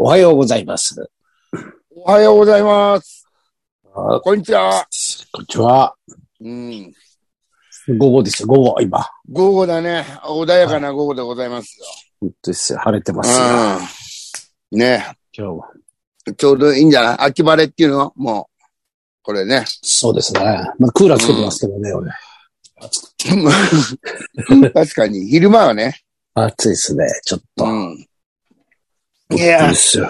おはようございます。 おはようございます。こんにちは。 こんにちは。午後ですよ、午後、今。 午後だね。穏やかな午後でございますよ。 本当ですよ、晴れてますよ。 ね。 今日は。 ちょうどいいんじゃない？秋晴れっていうのもう、これね。 そうですね。まあ、クーラーつけてますけどね、俺。 確かに、昼間はね。 暑いですね、ちょっと。 いやー。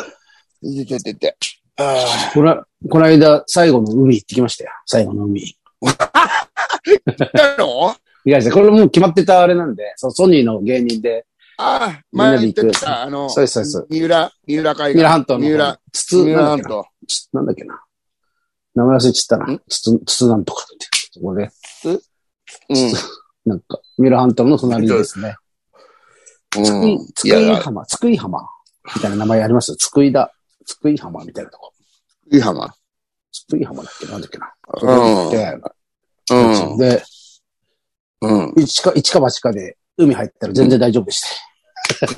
この間、最後の海行ってきましたよ。最後の海。 行ったの？ いや、これもう決まってたあれなんで、ソニーの芸人で。 ああ、前に言ってた、 そうです。 三浦海岸。 三浦半島の。 三浦半島。 なんだっけな。名前忘れちゃったな。つなんとかって。そこで。なんか、三浦半島の隣ですね。津久井浜みたいな名前ありますよ。津久井浜みたいなとこ。津久井浜だっけなんだっけな。で、一か八かで海入ったら全然大丈夫でした。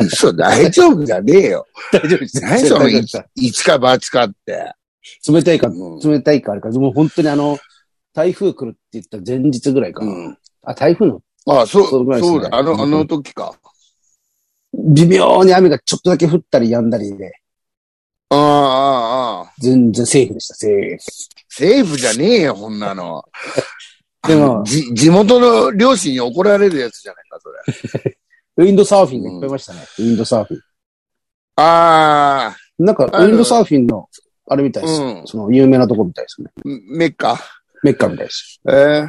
そう、大丈夫じゃねえよ。 大丈夫です。 何その一か八かって。 冷たいかあれか。もう本当に台風来るって言った前日ぐらいか。台風の。 そうだ、あの時か。 微妙に雨がちょっとだけ降ったり止んだりで。全然セーフでした、セーフじゃねえよ、こんなの。 でも、 地元の両親に怒られるやつじゃないか、それ。 ウィンドサーフィンがいっぱいいましたね。ウィンドサーフィン。なんか、ウィンドサーフィンの、あれみたいです。その、有名なとこみたいですね。 メッカみたいです。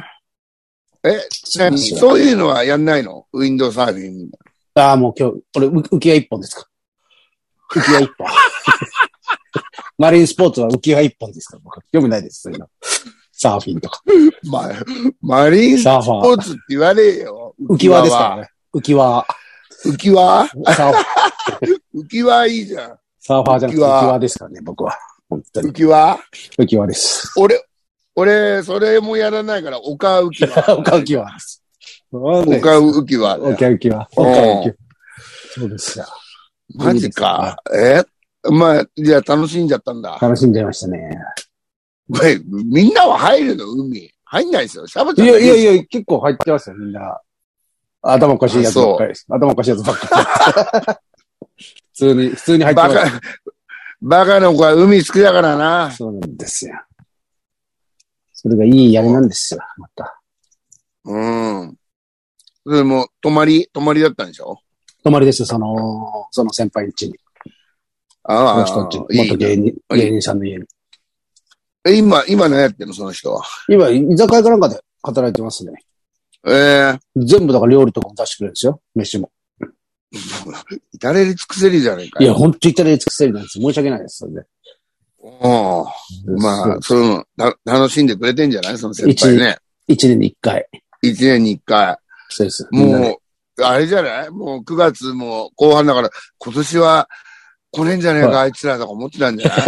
そういうのはやんないの？ウィンドサーフィン。 もう今日、これ、浮き輪一本ですか？浮き輪一本。マリンスポーツは浮き輪一本ですから、僕。読めないです、そういうの。サーフィンとか。 マリンスポーツって言わねえよ。 浮き輪ですからね。浮き輪いいじゃん。 サーファーじゃなくて浮き輪ですからね、僕は。本当に。浮き輪です。 俺、それもやらないから、丘浮き輪。 丘浮き輪です。 丘浮き輪。 そうですよ。 マジか。まあ、じゃあ楽しんじゃったんだ。 楽しんじゃいましたね。 みんなは入るの？海。入んないですよ。シャバちゃん。 いや、結構入ってますよ、みんな。頭おかしいやつばっかりです。頭おかしいやつばっかり。普通に入ってます。 バカの子は海好きだからな。 そうなんですよ。それがいいやりなんですよ、また。 でも、泊まりだったんでしょ？ 泊まりです、その先輩ん家に。元芸人さんの家に。 今何やってんの、その人は。 今、居酒屋かなんかで働いてますね。全部だから料理とかも出してくれるんですよ、飯も。 至れり尽くせりじゃねえかよ。いや、ほんと至れり尽くせりなんです。申し訳ないです、それで。 まあ、楽しんでくれてんじゃない？その先輩ね。 一年に一回。 そうです。もう、あれじゃない？もう9月も後半だから、今年は来ねえんじゃねえか、あいつらとか思ってたんじゃない？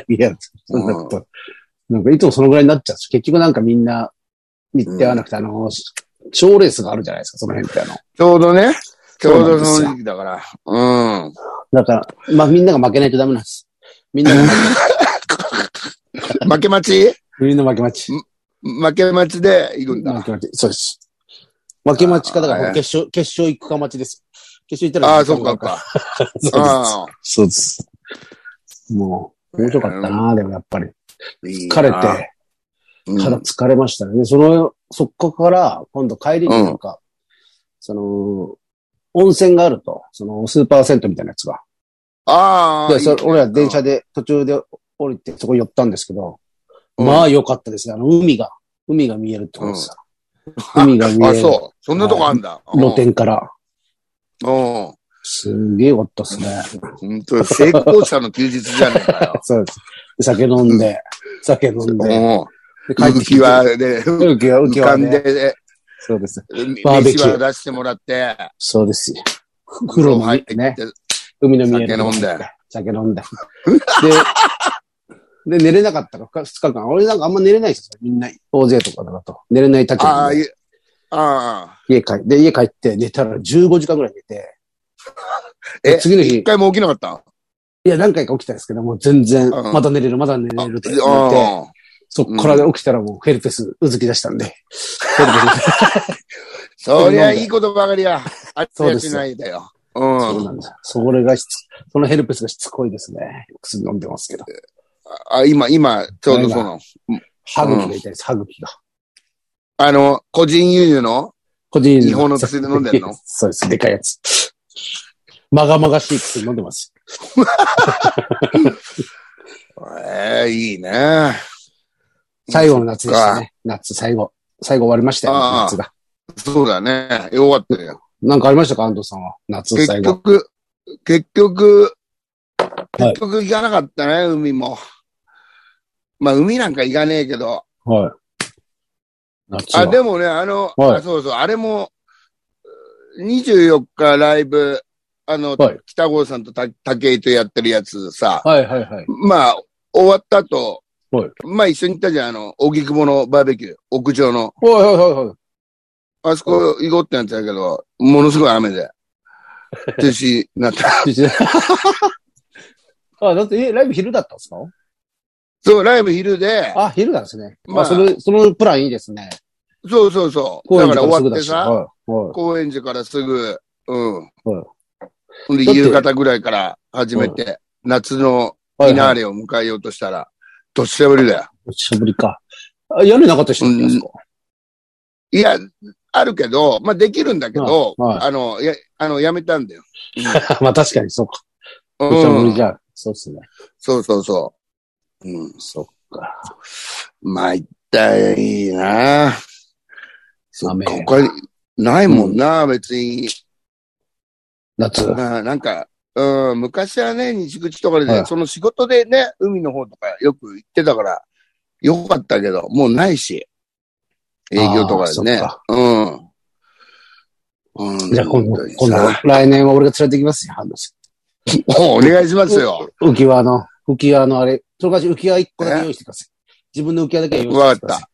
いや、なんかいつもそのぐらいになっちゃうし、結局なんかみんな、見てはなくて、賞レースがあるじゃないですか、その辺ってちょうどその時期だから。 だから、まあみんなが負けないとダメなんです。みんなが負け待ち？ みんな負け待ち。 負け待ちで行くんだ。 負け待ち。そうです。負け待ちか、だから決勝行くか待ちです。決勝行ったら。 そうか。 そうです。もう、面白かったな、でもやっぱり。疲れて、肌疲れましたね。そこから今度帰りになんか、温泉があると、スーパー銭湯みたいなやつが。俺ら電車で途中で降りてそこ寄ったんですけど、まあ良かったですね。海が見えるってことですよ。海が見える。 そんなとこあんだ。 露天から。すげえ良かったですね。 本当成功者の休日じゃねえかよ。 そうです。酒飲んで。 浮き輪で、浮かんで、 そうです。 バーベキュー出してもらって。 そうですよ。風呂入ってね。海の見える。酒飲んで。で、寝れなかったから、2日間。俺なんかあんま寝れないですよ。みんな、大勢とかだと。寝れない立場で。家帰って寝たら15時間ぐらい寝て。 次の日。一回も起きなかった？ いや、何回か起きたんですけど、もう全然、まだ寝れるって言って、そっから起きたらもうヘルペスうずき出したんで。 そりゃいいことばかりや。あっちやしないだよ。 そうなんです。そのヘルペスがしつこいですね。薬飲んでますけど。 今、ちょうどその。 歯茎が痛いです、歯茎が。 個人輸入の日本の薬飲んでんのそうです、でかいやつ。まがまがしい薬飲んでます。 いいね。 最後の夏でしたね。夏、最後終わりましたよ、夏が。 そうだね。よかったよ。 なんかありましたか、安藤さんは。夏最後。 結局行かなかったね、海も。まあ、海なんか行かねえけど。 はい。 でもね、そうそう、あれも、24日ライブ、北郷さんと武井とやってるやつさ。 はい。 まあ、終わった後、まあ一緒に行ったじゃん、荻窪のバーベキュー、屋上の。 はい。 あそこ行こうってやつだけど、ものすごい雨で。中止なった。 だって、ライブ昼だったんですか？ そう、ライブ昼で。 昼なんですね。まあ、そのプランいいですね。 そう。だから終わってさ、高円寺からすぐ、で、夕方ぐらいから始めて、夏のフィナーレを迎えようとしたら、どっしゃぶりだよ。 どっしゃぶりか。屋根なかった人いますか？ いや、あるけど、まあ、できるんだけど、やめたんだよ。 まあ、確かにそうか。どっしゃぶりじゃ、そうっすね。 そう。 そっか。 まあ、痛いな他に、ないもんな、別に。 夏。 なんか、昔はね、西口とかで、その仕事でね、海の方とかよく行ってたから、よかったけど、もうないし。営業とかでね。 じゃあ今度、来年は俺が連れてきますよ、 お願いしますよ。 浮き輪のあれ、その代わり浮き輪1個だけ用意してください。自分の浮き輪だけ用意してください。 わかった。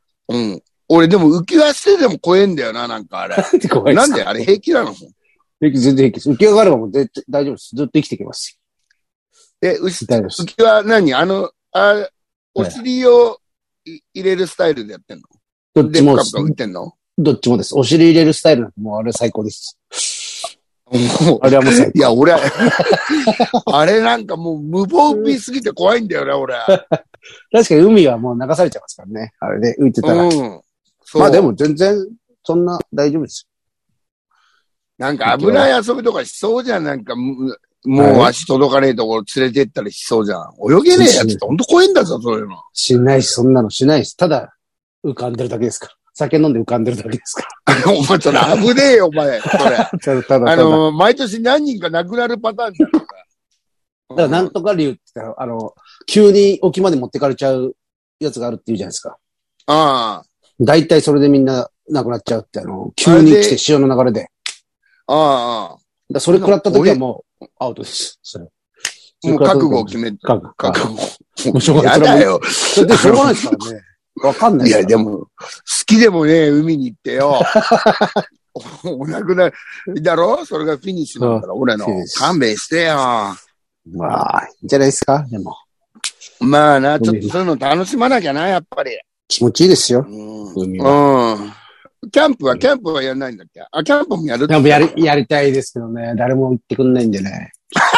俺でも浮き輪してでも怖えんだよな、なんかあれ。なんであれ平気なの？ 全然平気です。浮き輪があればもう大丈夫です。ずっと生きていけます。 浮き輪何お尻を入れるスタイルでやってんの？ どっちもです。 浮いてんの？ どっちもです。お尻入れるスタイルなんてもうあれ最高です。あれはもう最高。 いや、俺、あれなんかもう無防備すぎて怖いんだよね、俺。 確かに海はもう流されちゃいますからね。あれで浮いてたら。まあでも全然、そんな大丈夫です。 なんか危ない遊びとかしそうじゃん。なんかもう足届かねえところ連れてったりしそうじゃん。泳げねえやつってほんと怖いんだぞ、そういうの。 しないし、そんなのしないし。ただ、浮かんでるだけですから。酒飲んで浮かんでるだけですから。 お前、それ危ねえよ、お前。それ。毎年何人か亡くなるパターンじゃん。だからなんとか理由って言ったら、急に沖まで持ってかれちゃうやつがあるって言うじゃないですか。大体それでみんな亡くなっちゃうって、急に来て潮の流れで。それ食らった時はもう、アウトです。それ。 もう覚悟を決めて。覚悟。 もうしょうがない。 やだよ。 それでしょうがないですからね。わかんない。 いや、でも、好きでもね、海に行ってよ。お亡くなりだろ？それがフィニッシュなんだから、俺の。勘弁してよ。 まあ、いいんじゃないですか、でも。 まあな、ちょっとそういうの楽しまなきゃな、やっぱり。 気持ちいいですよ。 海は。キャンプはやらないんだっけ？キャンプもやるって。 キャンプやりたいですけどね、誰も行ってくんないんでね。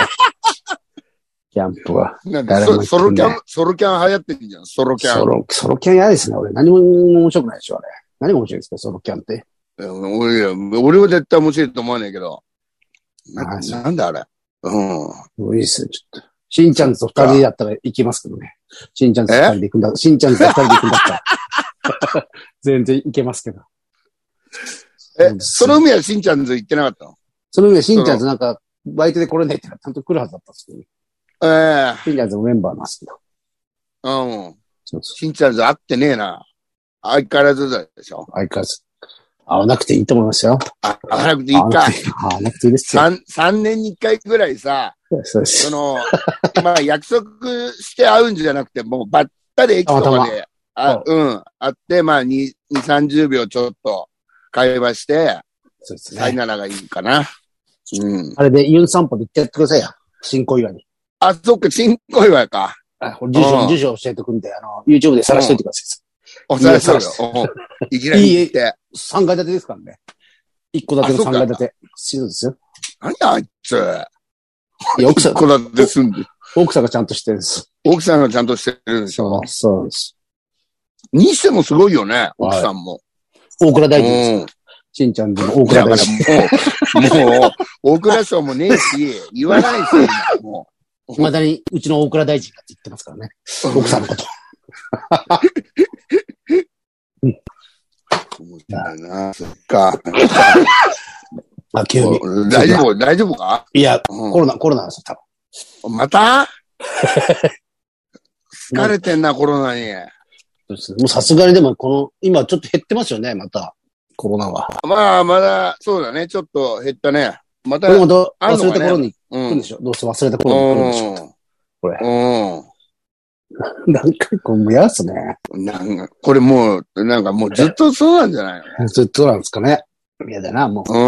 キャンプは。 ソロキャン流行ってるじゃん、ソロキャン。 ソロキャン嫌ですね、俺。何も面白くないでしょ、あれ。何が面白いですか、ソロキャンって。 俺は絶対面白いと思わないけど。なんだあれ。 いいっすね、ちょっと。しんちゃんと二人だったら行きますけどね。しんちゃんと二人で行くんだ。しんちゃんと二人で行くんだったら。全然行けますけど。 その海はしんちゃんと行ってなかったの？ その海はしんちゃんとなんか、バイトで来れないってちゃんと来るはずだったんですけどね。しんちゃんとのメンバーなんですけど。 しんちゃんと会ってねえな。相変わらずでしょ？ 相変わらず。会わなくていいと思いますよ。 会わなくていいか。 会わなくていいですよ。 3年に1回ぐらいさ、 そうです。 まあ約束して会うんじゃなくて、もうばったり駅とかで、会って、まあ2、30秒ちょっと会話して、 そうですね。 さよならがいいかな。 あれでユン散歩で行ってやってくださいよ。新小岩に。 あ、そっか、新小岩か。 住所教えてくんで、YouTube で晒しといてください。 おさらそうよ。いきなり言って。 3階建てですからね。1戸建ての3階建て。そうですよ。 何あいつ。 いや、奥さん。 1戸建て住んで。 奥さんがちゃんとしてるんです。 奥さんがちゃんとしてるんでしょ。 そうです。 にしてもすごいよね、奥さんも。 大倉大臣です。しんちゃんでも大倉大臣。 もう、大倉省もねえし、言わないし、もう。まだに、うちの大倉大臣がって言ってますからね。奥さんのこと。 そっか。 急に。 大丈夫か？ いや、コロナですよ、多分。また疲れてんな、コロナに。 もうさすがにでも、今ちょっと減ってますよね、また。コロナは。 まあ、まだ、そうだね、ちょっと減ったね。また、 忘れた頃に来るんでしょ。どうせ忘れた頃に来るんでしょ。これ。何回もう嫌っすね。 これもうずっとそうなんじゃないの？ ずっとなんですかね。嫌だな、もう。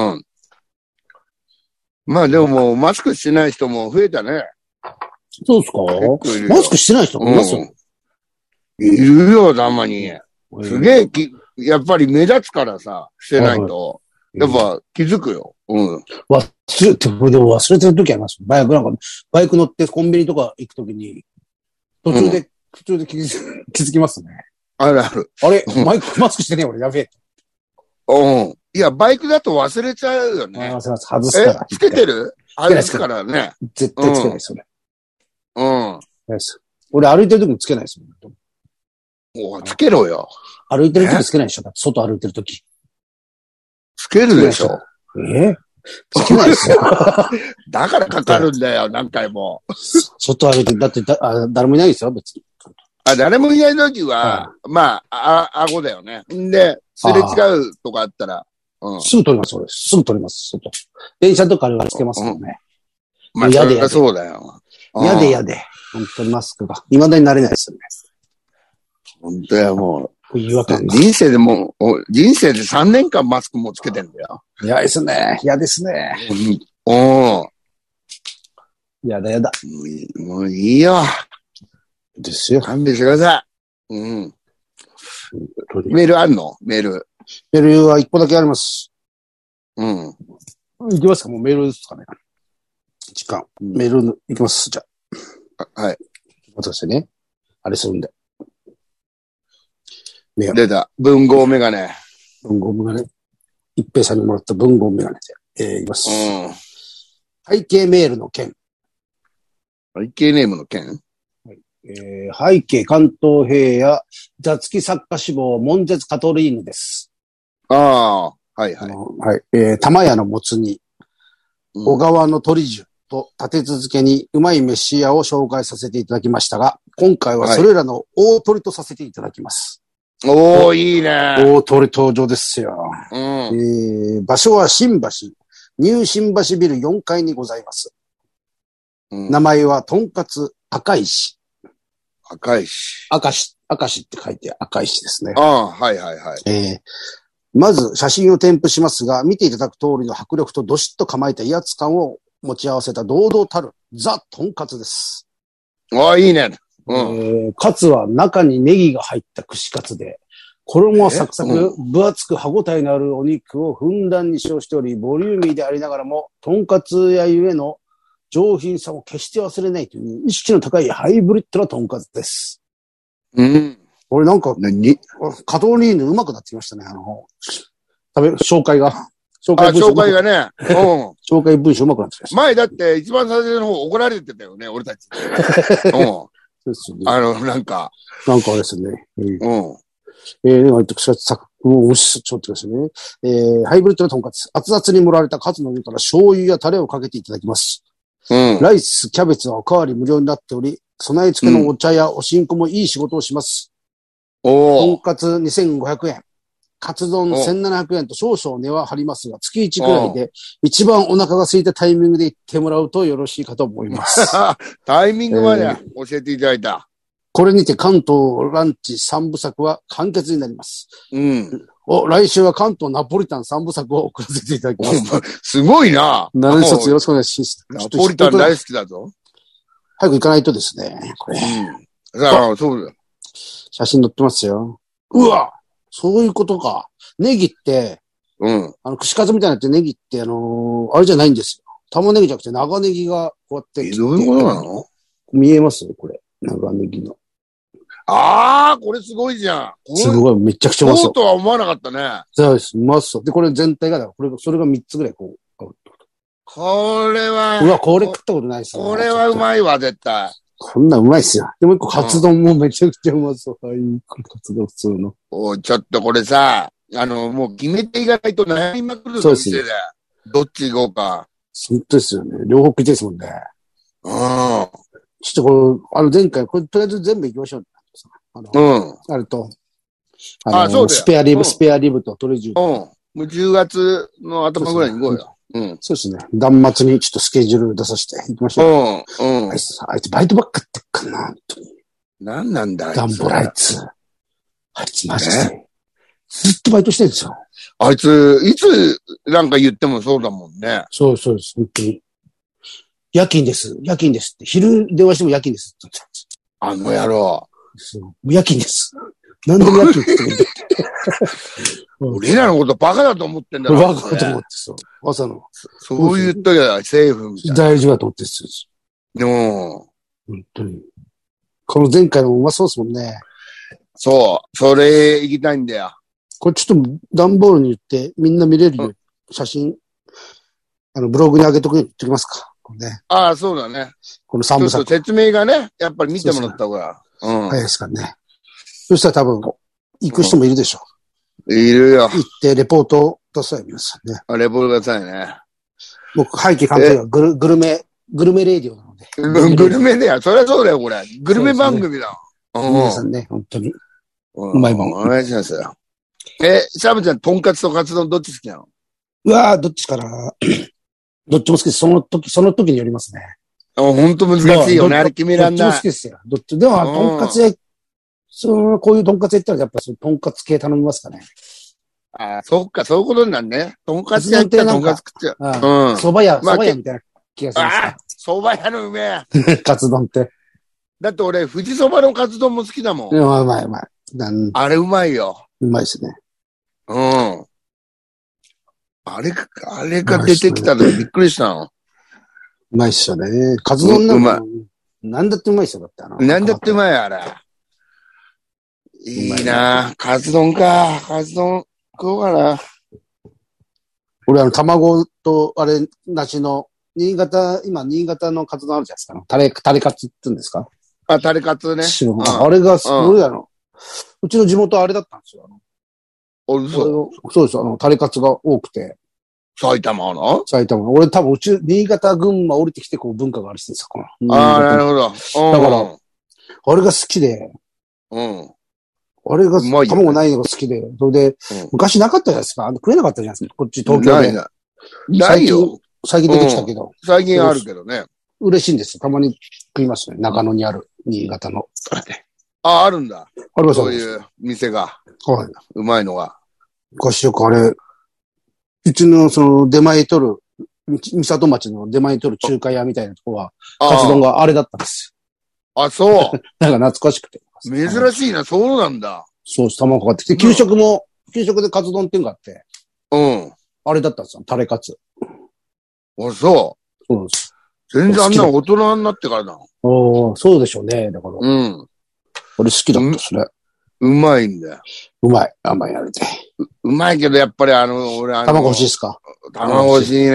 まあでももう、マスクしてない人も増えたね。 そうですか？マスクしてない人もいますよ。 いるよ、たまに。すげえ、やっぱり目立つからさ、してないと。やっぱ気づくよ。 忘れてる時あります。バイク乗ってコンビニとか行くときに、途中で気づきますね。 あるある。 あれマスクしてねえ俺、やべえ。 いや、バイクだと忘れちゃうよね。 外すから。 つけてる？外すからね。 絶対つけないです、それ。俺歩いてる時もつけないですもん。つけろよ。 歩いてる時つけないでしょ。外歩いてる時。 つけるでしょ。 つけないですよ。 だからかかるんだよ、何回も。 外歩いて、だって誰もいないですよ、別に。 誰もいない時は、まあ、顎だよね。で、すれ違うとかあったら、 すぐ取ります、俺。すぐ取ります、外。電車とかあれはつけますからね。 まあ、嫌で。そうだよ。 嫌で。本当にマスクが。未だになれないですよね。 本当や、もう。 違和感が。 人生で3年間マスクもつけてんだよ。 嫌ですね。嫌ですね。やだ。 もういいよ。 ですよ。 勘弁してください。メールあんの？メールは1個だけあります。行きますか？もうメールですかね。時間。メール行きます。じゃあ。はい。 待ってくださいね。あれするんで。 出た。文豪メガネ。 文豪メガネ。一平さんにもらった文豪メガネで、いきます。背景メールの件。 背景ネームの件？ 背景関東平野座付き作家志望門絶カトリーヌです。 はい。 玉屋のもつ煮、小川の鳥重と立て続けにうまい飯屋を紹介させていただきましたが、今回はそれらの大鳥とさせていただきます。 いいね。 大鳥登場ですよ。場所は新橋、ニュー新橋ビル4階にございます。名前はとんかつ赤石。赤石って書いて赤石ですね。 はい。 まず写真を添付しますが、見ていただく通りの迫力とどしっと構えた威圧感を持ち合わせた堂々たるザ・とんかつです。 いいね。 カツは中にネギが入った串カツで、衣はサクサク、分厚く歯ごたえのあるお肉をふんだんに使用しており、ボリューミーでありながらも、とんかつ屋ゆえの上品さを決して忘れないという意識の高いハイブリッドなとんかつです。俺なんか、カトリーヌうまくなってきましたね。紹介が。 紹介がね。 紹介文章うまくなってきました。 前だって一番最初の方怒られてたよね、俺たち。 そうですね。 なんかあれですね。では、ちょっとですね。ハイブリッドなとんかつ。熱々に盛られたカツの上から醤油やタレをかけていただきます。ライス、キャベツはおかわり無料になっており、備え付けのお茶やおしんこもいい仕事をします。とんかつ2500円。カツ丼1700円と少々値は張りますが、月1くらいで一番お腹が空いたタイミングで行ってもらうとよろしいかと思います。 タイミングまで教えていただいた。 これにて関東ランチ3部作は完結になります。来週は関東ナポリタン3部作を送らせていただきます。 すごいな。 何卒よろしくお願いします。 ナポリタン大好きだぞ。 早く行かないとですね、これ。 ああ、そうだよ。 写真載ってますよ。うわそういうことか。ネギって、串カツみたいになってネギって、あれじゃないんですよ。玉ねぎじゃなくて長ネギがこうやって。 どういうことなの？ 見えますこれ。長ネギの。 ああ、これすごいじゃん。 すごい、めちゃくちゃうまそう。 そうとは思わなかったね。 そうです、うまそう。で、これ全体がだ、それが3つぐらいこう。 これは。 うわ、これ食ったことないですね。 これはうまいわ、絶対。 こんなんうまいっすよ。でもう一個、カツ丼もめちゃくちゃうまそう。はい、カツ丼普通の。 ちょっとこれさ、もう決めていかないと悩みまくるぞ、店で。どっち行こうか。 本当ですよね。両方食いたいですもんね。ちょっとこれ、前回、これとりあえず全部行きましょう。あれと、そうだよ。スペアリブとトレジュー。 もう10月の頭ぐらいに行こうよ。 そうですね。断末にちょっとスケジュール出させて行きましょう。あいつバイトばっかってっかな、本当に。 何なんだ、 ダンボラあいつマジで。ずっとバイトしてるんですよ。 あいつ、いつなんか言ってもそうだもんね。 そうです、本当に。夜勤ですって。昼電話しても夜勤ですって。 あの野郎。 夜勤です。何でも夜勤って言って。 俺らのことバカだと思ってんだろ。 バカだと思ってそう。朝の。 そう言っときゃセーフみたいな。 大丈夫だと思ってるんですよ。 本当に。この前回のもうまそうですもんね。 そう。それ行きたいんだよ。 これちょっと段ボールに言ってみんな見れるように写真、ブログに上げときますか。ね、 ああ、そうだね。 この3部作。 ちょっと説明がね、やっぱり見てもらった方が。 早いですからね。そしたら多分、行く人もいるでしょう。いるよ。 行ってレポート出さい、皆さんね。 レポートくださいね。 僕、背景関係はグルメレディオなので。 グルメだよ。そりゃそうだよ、これ。グルメ番組だ。 皆さんね、本当に。うまいもん。 お願いしますよ。シャブちゃん、とんかつとカツ丼どっち好きなの？ うわぁ、どっちかな。どっちも好きです。その時によりますね。 本当難しいよね。あれ決めらんない。 どっちも好きですよ。でも、とんかつ屋、こういうとんかつ屋行ったらやっぱとんかつ系頼みますかね。 ああ、そっか、そういうことになんね。とんかつ屋行ったらとんかつ食っちゃう。 蕎麦屋みたいな気がするんですか。 蕎麦屋のうめえ。カツ丼って。 だって俺、富士蕎麦のカツ丼も好きだもん。 うまい。 あれうまいよ。 うまいですね。 あれが出てきたのびっくりしたの。 うまいっすよね。カツ丼なんだってうまいっすよ、だってなんだってうまい、あれ。いいなぁ。カツ丼か。カツ丼食おうかな。 俺卵と、梨の、今、新潟のカツ丼あるじゃないですか。タレカツって言うんですか？ タレカツね。 あれがすごいうちの地元あれだったんですよ。そうです。タレカツが多くて。 埼玉の？ 俺多分新潟、群馬降りてきてこう文化がある人ですよ。 なるほど。だから、あれが好きで。あれが、卵ないのが好きで。それで、昔なかったじゃないですか。食えなかったじゃないですか。こっち東京で。 ないよ。 最近出てきたけど。 最近あるけどね。 嬉しいんですよ。たまに食いますね。中野にある、新潟の。 あるんだ。 あります。 そういう店が。 はい。 うまいのが。 昔よくあれ、うちの出前取る、三里町の出前取る中華屋みたいなとこは、カツ丼があれだったんですよ。あ、そう。 なんか懐かしくて。 珍しいな、そうなんだ。 そうです、卵かかってきて、給食でカツ丼っていうのがあって。あれだったんですよ、タレカツ。 そう。そうです。全然あんな大人になってからだ。 そうでしょうね、だから。俺好きだったですね。 うまいんだよ。 うまい。甘いあれで。 うまいけど、やっぱり俺卵欲しいですか？ 卵欲しいね。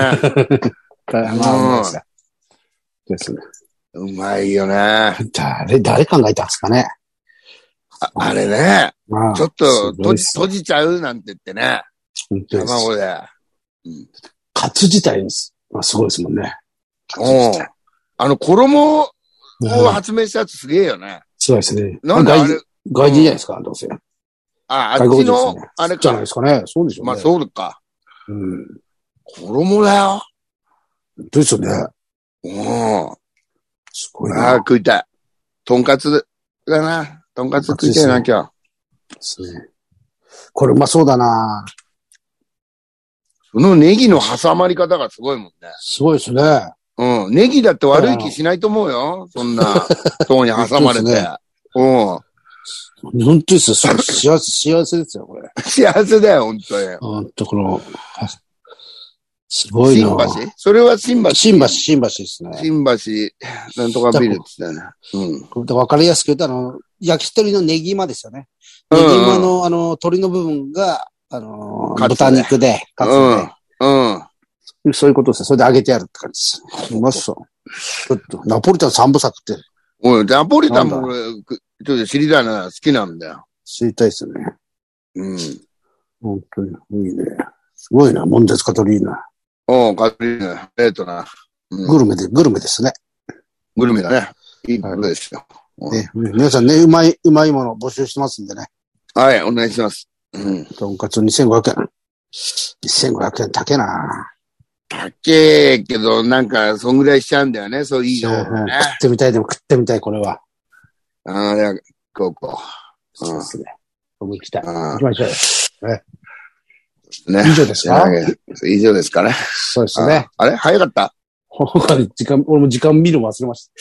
ですね。 うまいよね。 誰考えたんですかね。 あれね。ちょっと閉じちゃうなんて言ってね。卵で。 カツ自体すごいですもんね。 衣を発明したやつすげえよね。 そうですね。 なんであれ外人じゃないですか、どうせ。 あっちの、あれか。 じゃないですかね。そうでしょうね。 まあ、そうか。衣だよ。 ですよね。すごいな。 食いたい。とんかつだな。とんかつ食いたいな、今日。 ですね。これうまそうだな。 そのネギの挟まり方がすごいもんね。 すごいですね。 うん。ネギだって悪い気しないと思うよ。そんな、塔に挟まれて。うん。 本当ですよ。幸せですよ、これ。 幸せだよ、本当に。 本当この、すごいな。 新橋それは新橋新橋ですね。 新橋、なんとかビルって言ったよね。うん。 わかりやすく言うと、焼き鳥のネギマですよね。ネギマの、鶏の部分が、豚肉で、カツで。うん。そういうことですね。それで揚げてやるって感じです。うまそう。ちょっと、ナポリタン3部作って。 おい、ナポリタンも俺、ちょっと知りたいな、好きなんだよ。 知りたいですよね。 うん。 本当に、いいね。すごいな、モンデスカトリーナ。 カトリーナ、な。 グルメですね。 グルメだね。いいことですよ。 皆さんね、うまいもの募集してますんでね。 はい、お願いします。うん。 とんかつ2500円。2500円高えな。 高えけど、なんか、そんぐらいしちゃうんだよね、そういいの、ね。 食ってみたい、これは。 ああ、こう。 そうですね。僕行きたい。行きましょう。 ね。 以上ですか？ 以上ですかね。 そうですね。 あれ早かった？ 俺も時間見るの忘れました。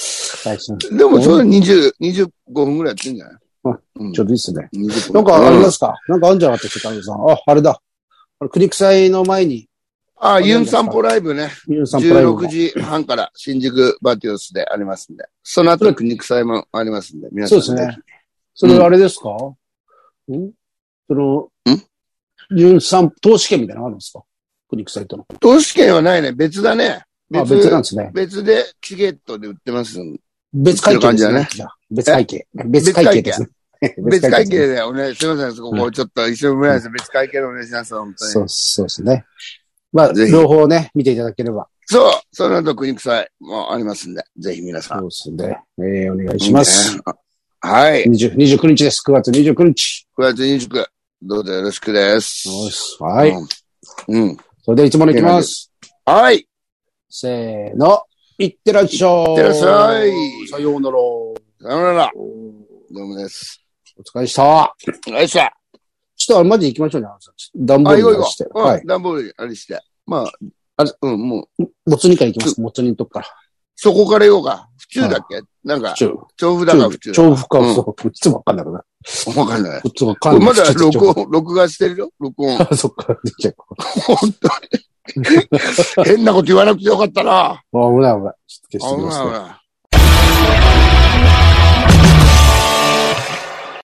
でも、それ25分ぐらいやってんじゃない？ ちょうどいいっすね。なんかありますか？なんかあるんじゃなかったっけ、田辺さん。あれだ。国臭いの前に。 ユン散歩ライブね。16時半から新宿バティオスでありますんで。その後国臭いもありますんで、皆さん。 そうですね。それあれですか？ユン散歩、投資券みたいなのあるんですか？国臭いとの。 投資券はないね。別だね。 別なんですね。 別でチケットで売ってます。 別会計ですね。別会計。別会計ですね。 別会計でお願いします。ここちょっと一緒に別会計でお願いします。本当に。 そうですね。まあ、両方ね、見ていただければ。 そう。その後、国臭いもありますんで、ぜひ皆さん。 そうですね。お願いします。 はい。 29日です。9月29日。 9月29。どうぞよろしくです。 はい。うん。それでいつものいきます。 はい。 せーの。いってらっしゃい。 いってらっしゃい。 さようなら。 さようなら。どうもです。 お疲れ様でした。 お疲れ様でした。 ちょっとマジ行きましょうね。段ボールして。 はい。段ボールあれして。まあ、もう。 もつ煮から行きます。もつ煮のとこから。 そこから言おうか。府中だっけ？なんか、調布だか府中。 調布か、そう。いつもわかんないから。 わかんない。 いつもわかんない。 まだ録画してるよ。録音。 そっか。 本当に。変なこと言わなくてよかったな。 危ない。ちょっと消してきますね。 危ない。